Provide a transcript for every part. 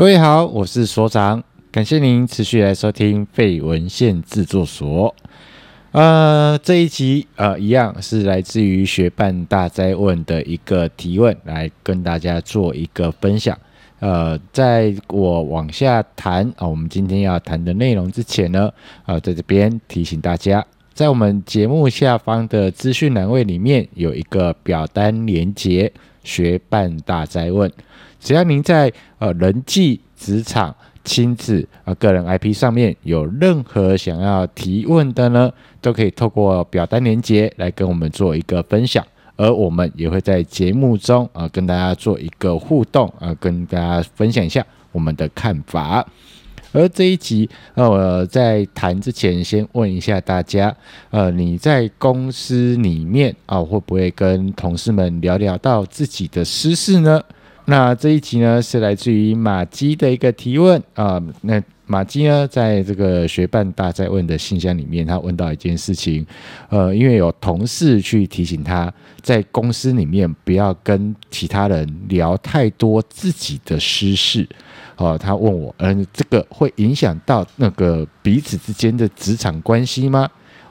各位好，我是所长，感谢您持续来收听废文献制作所。这一集一样是来自于学伴大哉问的一个提问，来跟大家做一个分享。在我往下谈我们今天要谈的内容之前呢，在这边提醒大家，在我们节目下方的资讯栏位里面有一个表单连结，学伴大哉问。只要您在人际、职场、亲子个人 IP 上面有任何想要提问的呢，都可以透过表单连结来跟我们做一个分享，而我们也会在节目中跟大家做一个互动跟大家分享一下我们的看法。而这一集我在谈之前先问一下大家，你在公司里面会不会跟同事们聊聊到自己的私事呢？那这一集呢是来自于马基的一个提问那马基呢在这个学伴大哉问的信箱里面，他问到一件事情，因为有同事去提醒他，在公司里面不要跟其他人聊太多自己的私事。他问我，这个会影响到那个彼此之间的职场关系吗？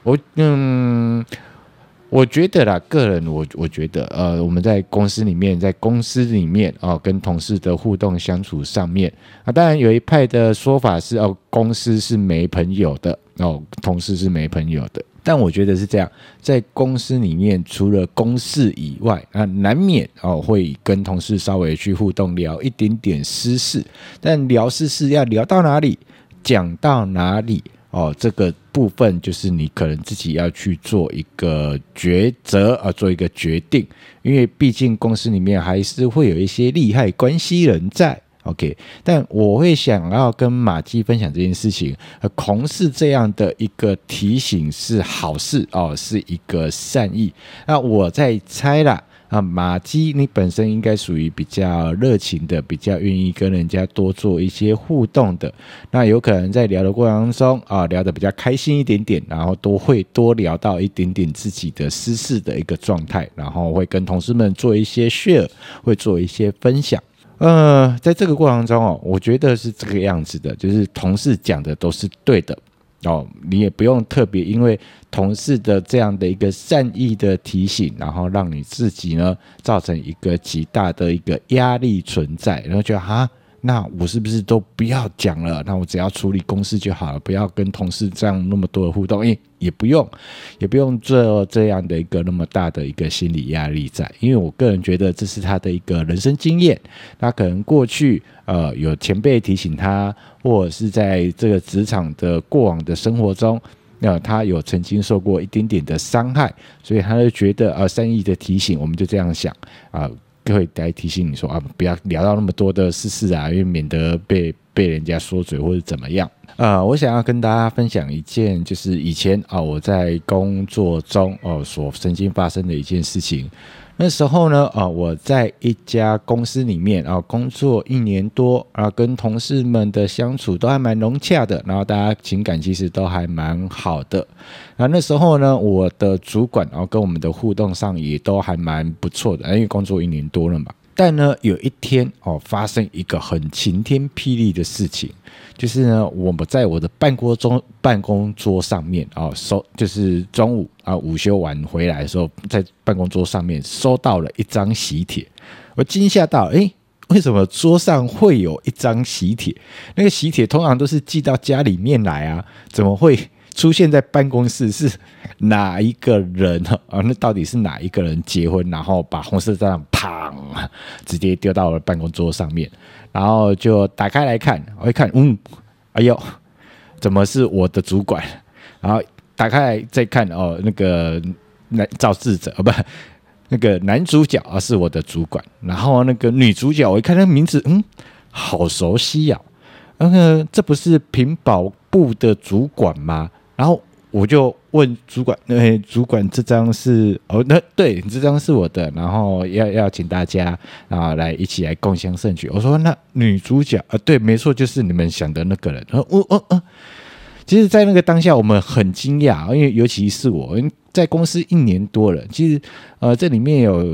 我觉得啦，个人我觉得，我们在公司里面，跟同事的互动相处上面当然有一派的说法是公司是没朋友的同事是没朋友的。但我觉得是这样，在公司里面，除了公事以外难免会跟同事稍微去互动，聊一点点私事。但聊私事要聊到哪里，讲到哪里这个部分就是你可能自己要去做一个抉择做一个决定，因为毕竟公司里面还是会有一些利害关系人在。OK， 但我会想要跟马基分享这件事情，同事这样的一个提醒是好事是一个善意。那我在猜啦马基你本身应该属于比较热情的，比较愿意跟人家多做一些互动的，那有可能在聊的过程当中聊得比较开心一点点，然后都会多聊到一点点自己的私事的一个状态，然后会跟同事们做一些 share， 会做一些分享。在这个过程中我觉得是这个样子的，就是同事讲的都是对的你也不用特别因为同事的这样的一个善意的提醒，然后让你自己呢造成一个极大的一个压力存在，然后觉得那我是不是都不要讲了？那我只要处理公事就好了，不要跟同事这样那么多的互动，也不用做这样的一个那么大的一个心理压力在，因为我个人觉得这是他的一个人生经验，他可能过去有前辈提醒他，或者是在这个职场的过往的生活中他有曾经受过一点点的伤害，所以他就觉得善意的提醒，我们就这样想会来提醒你说不要聊到那么多的私事因为免得被人家说嘴或者怎么样。我想要跟大家分享一件，就是以前我在工作中所曾经发生的一件事情。那时候呢我在一家公司里面工作1年多跟同事们的相处都还蛮融洽的，然后大家情感其实都还蛮好的。那时候呢我的主管跟我们的互动上也都还蛮不错的，因为工作1年多了嘛。但呢有一天发生一个很晴天霹雳的事情，就是呢我们在我的办公桌上面就是中午午休完回来的时候，在办公桌上面收到了一张喜帖。我惊吓到为什么桌上会有一张喜帖？那个喜帖通常都是寄到家里面来怎么会出现在办公室？是哪一个人那到底是哪一个人结婚，然后把红色这样砰直接丢到了办公桌上面，然后就打开来看，我一看哎呦，怎么是我的主管？然后打开来再看那个肇事者不那个男主角是我的主管，然后那个女主角我一看那名字好熟悉这不是屏保部的主管吗？然后我就问主管，主管这张是对，这张是我的，然后要请大家来一起来共襄盛举。我说那女主角对，没错，就是你们想的那个人。其实在那个当下我们很惊讶，因为尤其是我在公司1年多了，其实这里面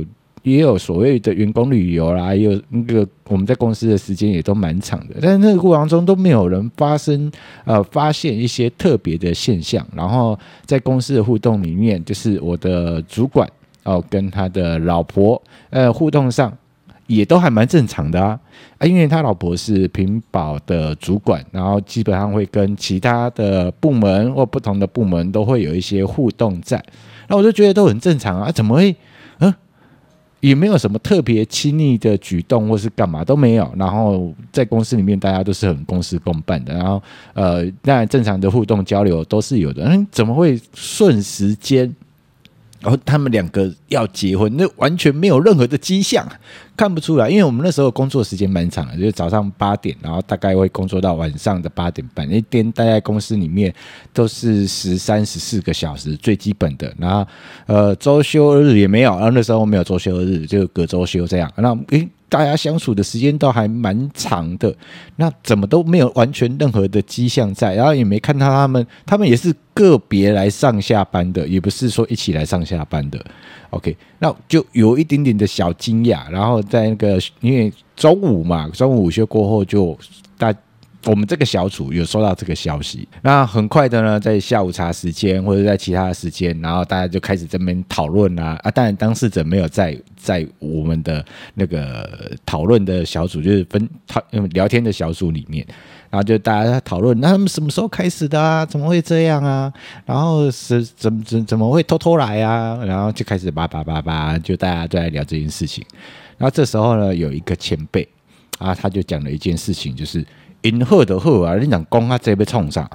也有所谓的员工旅游啦，也有那个我们在公司的时间也都蛮长的，但是那个过程中都没有人发现一些特别的现象，然后在公司的互动里面，就是我的主管跟他的老婆互动上也都还蛮正常的啊，因为他老婆是屏保的主管，然后基本上会跟其他的部门或不同的部门都会有一些互动在，那我就觉得都很正常啊，怎么会也没有什么特别亲密的举动或是干嘛都没有，然后在公司里面大家都是很公事公办的，然后当然正常的互动交流都是有的，怎么会瞬时间然后他们两个要结婚，那完全没有任何的迹象，看不出来。因为我们那时候工作时间蛮长的，就是早上8点，然后大概会工作到晚上的8点半，一天待在公司里面都是13、14个小时最基本的。然后周休日也没有，然后那时候没有周休日，就隔周休这样。那大家相处的时间都还蛮长的，那怎么都没有完全任何的迹象在，然后也没看到他们也是个别来上下班的，也不是说一起来上下班的。OK， 那就有一点点的小惊讶，然后在那个因为中午午休过后就我们这个小组有收到这个消息，那很快的呢，在下午茶时间或者在其他的时间，然后大家就开始这边讨论啊，当然当事者没有在我们的那个讨论的小组，就是聊天的小组里面，然后就大家在讨论，那他们什么时候开始的啊？怎么会这样啊？然后怎么会偷偷来啊？然后就开始叭，就大家都在聊这件事情。然后这时候呢，有一个前辈啊，他就讲了一件事情，就是因好就好啊，你讲讲啊，这要创啥？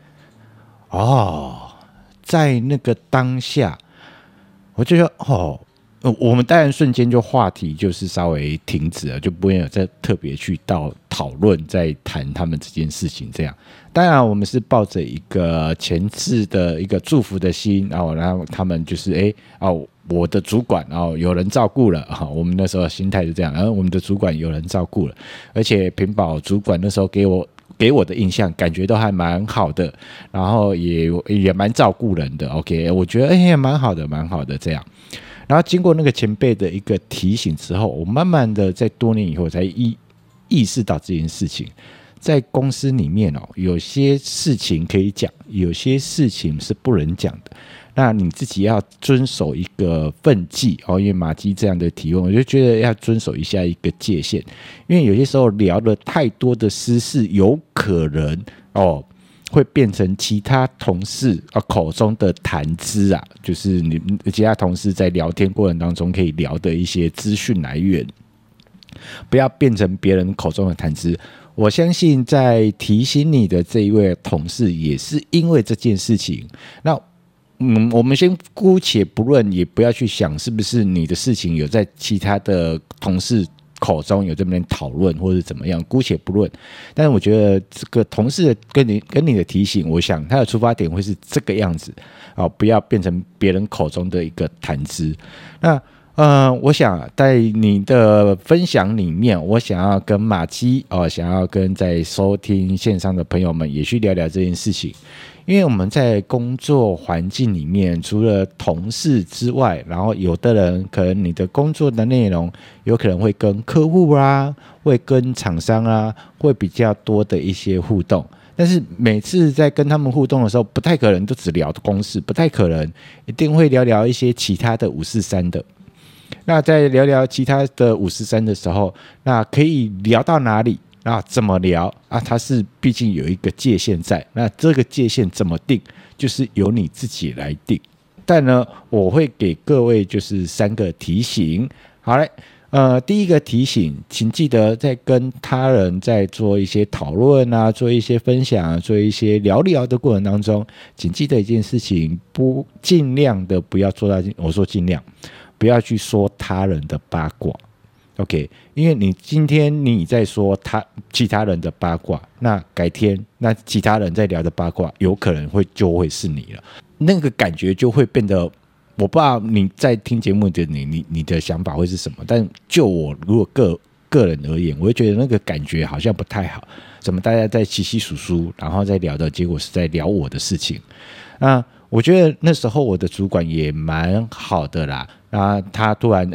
在那个当下，我就说我们当然瞬间就话题就是稍微停止了，就不会有再特别去到讨论再谈他们这件事情这样。当然我们是抱着一个前置的一个祝福的心，然后他们就是我的主管有人照顾了，我们那时候心态是这样，然后我们的主管有人照顾了，而且屏保主管那时候给我的印象感觉都还蛮好的，然后也蛮照顾人的。 OK， 我觉得蛮好的这样。然后经过那个前辈的一个提醒之后，我慢慢的在多年以后才意识到这件事情，在公司里面有些事情可以讲，有些事情是不能讲的，那你自己要遵守一个分际因为马基这样的提问，我就觉得要遵守一下一个界限，因为有些时候聊了太多的私事，有可能会变成其他同事口中的谈资啊，就是你其他同事在聊天过程当中可以聊的一些资讯来源，不要变成别人口中的谈资。我相信在提醒你的这一位同事也是因为这件事情，那我们先姑且不论，也不要去想是不是你的事情有在其他的同事口中有这边讨论或者怎么样，姑且不论。但是我觉得这个同事跟你的提醒，我想他的出发点会是这个样子不要变成别人口中的一个谈资。那我想在你的分享里面，我想要跟马基想要跟在收听线上的朋友们也去聊聊这件事情。因为我们在工作环境里面，除了同事之外，然后有的人可能你的工作的内容有可能会跟客户啊，会跟厂商啊，会比较多的一些互动。但是每次在跟他们互动的时候，不太可能都只聊公事，不太可能一定会聊一些其他的543的。那在聊其他的543的时候，那可以聊到哪里？那怎么聊啊？它是毕竟有一个界限在，那这个界限怎么定，就是由你自己来定。但呢，我会给各位就是3个提醒。好嘞，第一个提醒，请记得在跟他人在做一些讨论啊，做一些分享，做一些聊的过程当中，请记得一件事情，尽量的不要做到，我说尽量不要去说他人的八卦。OK， 因为你今天你在说其他人的八卦，那改天那其他人在聊的八卦，有可能就会是你了，那个感觉就会变得，我不知道你在听节目的你的想法会是什么，但就我如果个人而言，我会觉得那个感觉好像不太好，怎么大家在稀稀疏疏，然后在聊的结果是在聊我的事情。那我觉得那时候我的主管也蛮好的啦，他突然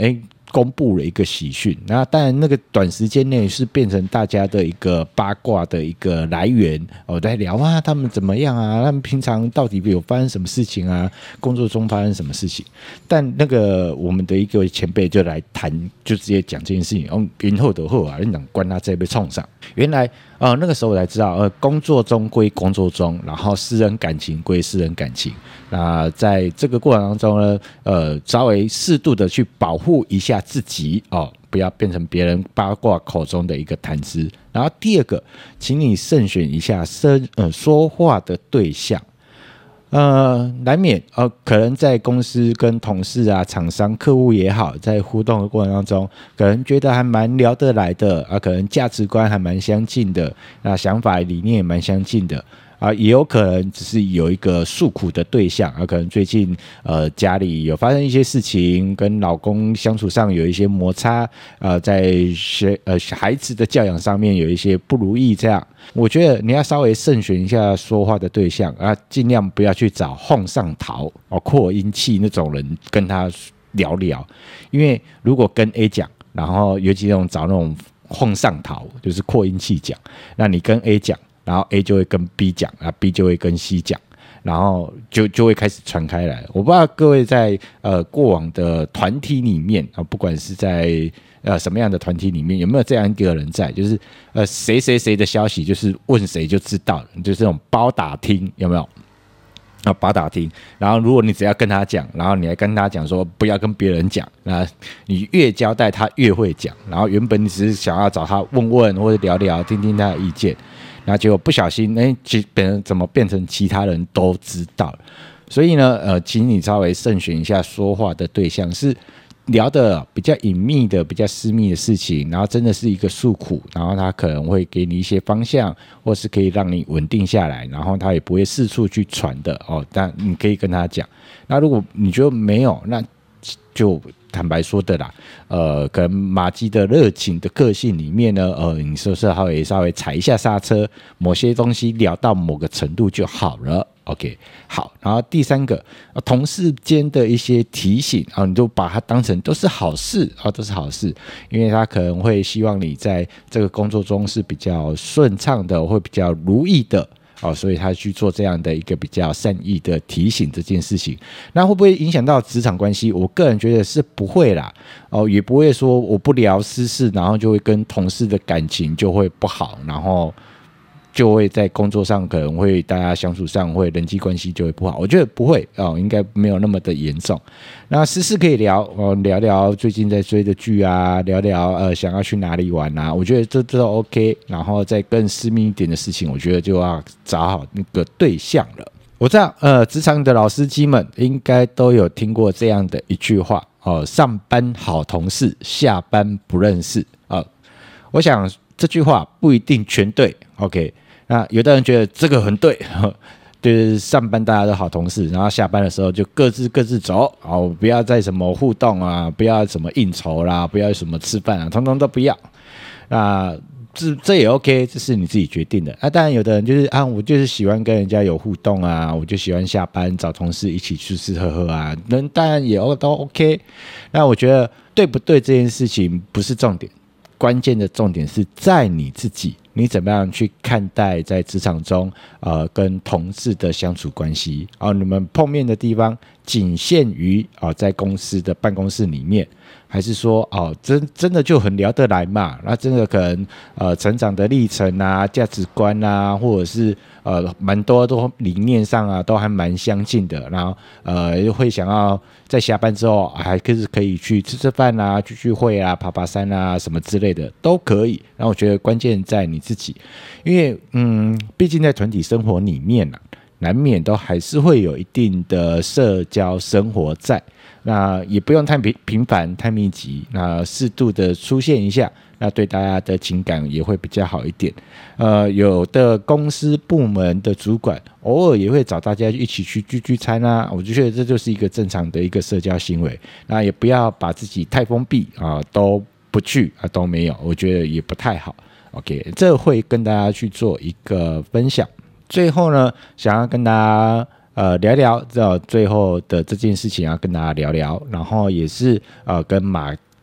公布了一个喜讯，那当然那个短时间内是变成大家的一个八卦的一个来源在聊啊，他们怎么样啊，他们平常到底有发生什么事情啊，工作中发生什么事情。但那个我们的一个前辈就来谈，就直接讲这件事情，因后的后啊，你讲关他这被冲上。原来那个时候我才知道，工作中归工作中，然后私人感情归私人感情。那在这个过程当中呢，稍微适度的去保护一下自己不要变成别人八卦口中的一个谈资。然后第二个，请你慎选一下说话的对象。难免可能在公司跟同事啊、厂商、客户也好，在互动的过程当中，可能觉得还蛮聊得来的可能价值观还蛮相近的，那想法理念也蛮相近的。也有可能只是有一个诉苦的对象可能最近家里有发生一些事情，跟老公相处上有一些摩擦，在孩子的教养上面有一些不如意，这样我觉得你要稍微慎选一下说话的对象尽量不要去找哄上桃扩音器那种人跟他聊聊，因为如果跟 A 讲，然后尤其找那种哄上桃，就是扩音器讲，那你跟 A 讲，然后 A 就会跟 B 讲，B 就会跟 C 讲，然后就会开始传开来。我不知道各位在过往的团体里面不管是在什么样的团体里面，有没有这样一个人在，就是谁谁谁的消息，就是问谁就知道了，就是这种包打听，有没有？八打听，然后如果你只要跟他讲，然后你还跟他讲说不要跟别人讲，那你越交代他越会讲，然后原本你只是想要找他问问或者聊聊，听听他的意见，然后结果不小心怎么变成其他人都知道了。所以呢请你稍微慎选一下说话的对象，是聊的比较隐秘的、比较私密的事情，然后真的是一个诉苦，然后他可能会给你一些方向，或是可以让你稳定下来，然后他也不会四处去传的但你可以跟他讲。那如果你觉得没有，那就坦白说的啦，可能马基的热情的个性里面呢，你是不是稍微踩一下刹车，某些东西聊到某个程度就好了。OK， 好，然后第三个，同事间的一些提醒你就把它当成都是好事都是好事，因为他可能会希望你在这个工作中是比较顺畅的，会比较如意的所以他去做这样的一个比较善意的提醒这件事情。那会不会影响到职场关系？我个人觉得是不会啦也不会说我不聊私事，然后就会跟同事的感情就会不好，然后就会在工作上可能会大家相处上会人际关系就会不好，我觉得不会应该没有那么的严重。那私事可以聊聊聊最近在追的剧啊，聊聊想要去哪里玩啊，我觉得这都 OK。然后再更私密一点的事情，我觉得就要找好那个对象了。我知道职场的老司机们应该都有听过这样的一句话上班好同事，下班不认识我想这句话不一定全对 OK。那有的人觉得这个很对就是上班大家都好同事，然后下班的时候就各自走不要再什么互动啊，不要什么应酬啦，不要什么吃饭啊，通通都不要。那这也 OK， 这是你自己决定的当然有的人就是我就是喜欢跟人家有互动啊，我就喜欢下班找同事一起吃吃喝喝啊，那当然也都 OK。那我觉得对不对这件事情不是重点，关键的重点是在你自己，你怎么样去看待在职场中跟同事的相处关系你们碰面的地方仅限于在公司的办公室里面，还是说真的就很聊得来嘛？那真的可能成长的历程啊、价值观啊，或者是蛮多都理念上都还蛮相近的，然后会想要在下班之后还可以去吃吃饭啊、聚会啊、爬山啊什么之类的都可以。然后我觉得关键在你自己，因为毕竟在团体生活里面难免都还是会有一定的社交生活在，那也不用太频繁、太密集，那适度的出现一下，那对大家的情感也会比较好一点。有的公司部门的主管偶尔也会找大家一起去聚餐啊，我就觉得这就是一个正常的一个社交行为。那也不要把自己太封闭都不去都没有，我觉得也不太好。OK， 这会跟大家去做一个分享。最后呢，想要跟大家聊聊最后的这件事情，要跟大家聊聊，然后也是跟马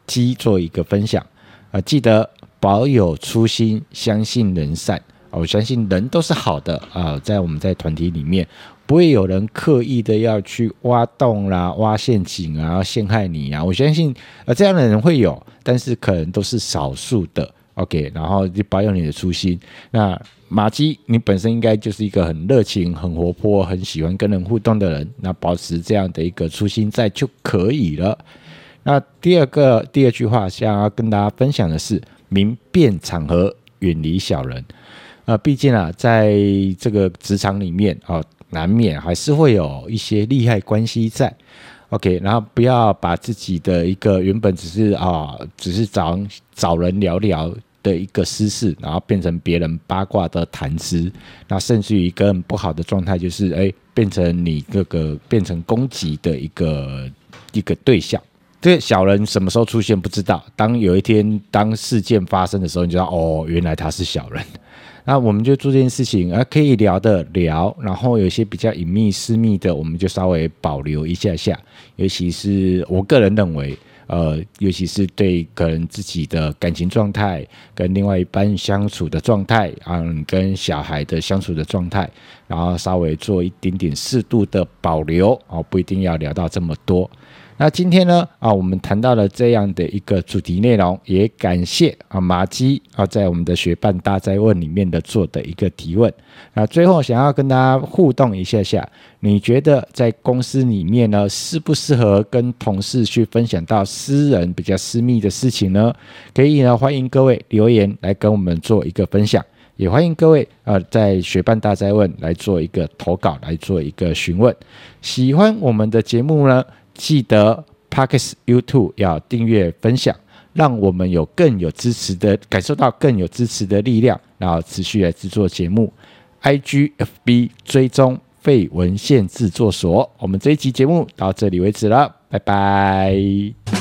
基做一个分享记得保有初心，相信人善我相信人都是好的在我们在团体里面不会有人刻意的要去挖洞啦、挖陷阱啊、陷害你啊。我相信这样的人会有，但是可能都是少数的。OK， 然后就保有你的初心。那马基，你本身应该就是一个很热情、很活泼、很喜欢跟人互动的人，那保持这样的一个初心在就可以了。那第二句话想要跟大家分享的是，明辨场合，远离小人。毕竟在这个职场里面难免还是会有一些利害关系在。OK， 然后不要把自己的一个原本只是找人聊聊的一个私事，然后变成别人八卦的谈资，那甚至于一个很不好的状态就是变成你变成攻击的一个对象。这个小人什么时候出现不知道，当有一天当事件发生的时候，你就知道原来他是小人。那我们就做这件事情可以聊的聊，然后有一些比较隐秘私密的我们就稍微保留一下下，尤其是我个人认为尤其是对可能自己的感情状态跟另外一半相处的状态跟小孩的相处的状态，然后稍微做一点点适度的保留不一定要聊到这么多。那今天呢我们谈到了这样的一个主题内容，也感谢马基在我们的学伴大哉问里面的做的一个提问。那最后想要跟大家互动一下下，你觉得在公司里面呢适不适合跟同事去分享到私人比较私密的事情呢？可以呢欢迎各位留言来跟我们做一个分享，也欢迎各位在学伴大哉问来做一个投稿，来做一个询问。喜欢我们的节目呢，记得 Podcast、YouTube 要订阅分享，让我们感受到更有支持的力量，然后持续来制作节目。IG、FB 追踪废文献制作所。我们这一集节目到这里为止了，拜拜。